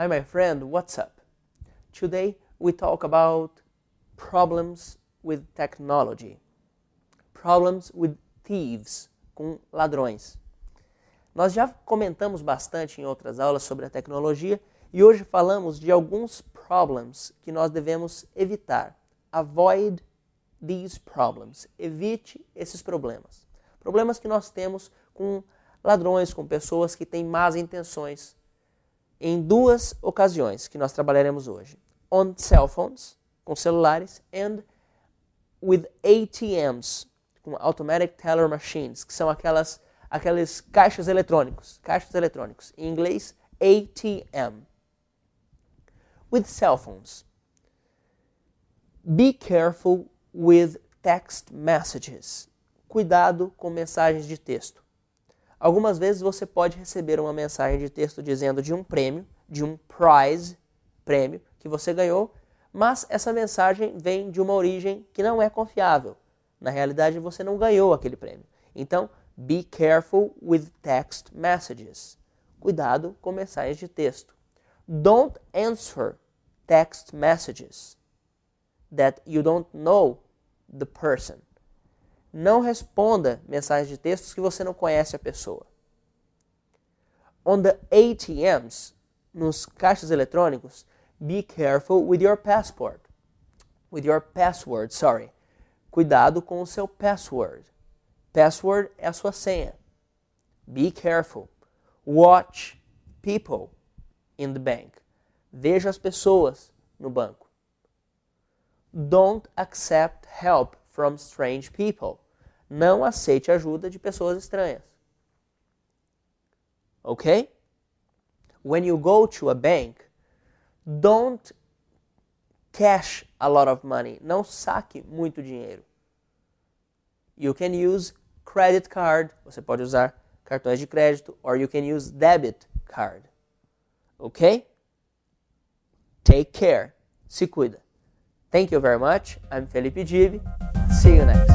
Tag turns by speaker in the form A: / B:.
A: Hi my friend, what's up? Today we talk about problems with technology. Problems with thieves, com ladrões. Nós já comentamos bastante em outras aulas sobre a tecnologia e hoje falamos de alguns problems que nós devemos evitar. Avoid these problems. Evite esses problemas. Problemas que nós temos com ladrões, com pessoas que têm más intenções. Em duas ocasiões que nós trabalharemos hoje. On cell phones, com celulares, and with ATMs, com Automatic Teller Machines, que são aqueles caixas eletrônicos. Em inglês, ATM. With cell phones. Be careful with text messages. Cuidado com mensagens de texto. Algumas vezes você pode receber uma mensagem de texto dizendo de um prêmio, de um prize, prêmio, que você ganhou, mas essa mensagem vem de uma origem que não é confiável. Na realidade, você não ganhou aquele prêmio. Então, be careful with text messages. Cuidado com mensagens de texto. Don't answer text messages that you don't know the person. Não responda mensagens de textos que você não conhece a pessoa. On the ATMs, nos caixas eletrônicos, be careful with your passport. With your password, sorry. Cuidado com o seu password. Password é a sua senha. Be careful. Watch people in the bank. Veja as pessoas no banco. Don't accept help from strange people. Não aceite ajuda de pessoas estranhas. Ok? When you go to a bank, don't cash a lot of money. Não saque muito dinheiro. You can use credit card. Você pode usar cartões de crédito. Or you can use debit card. Ok? Take care. Se cuida. Thank you very much. I'm Felipe Gibi. See you next.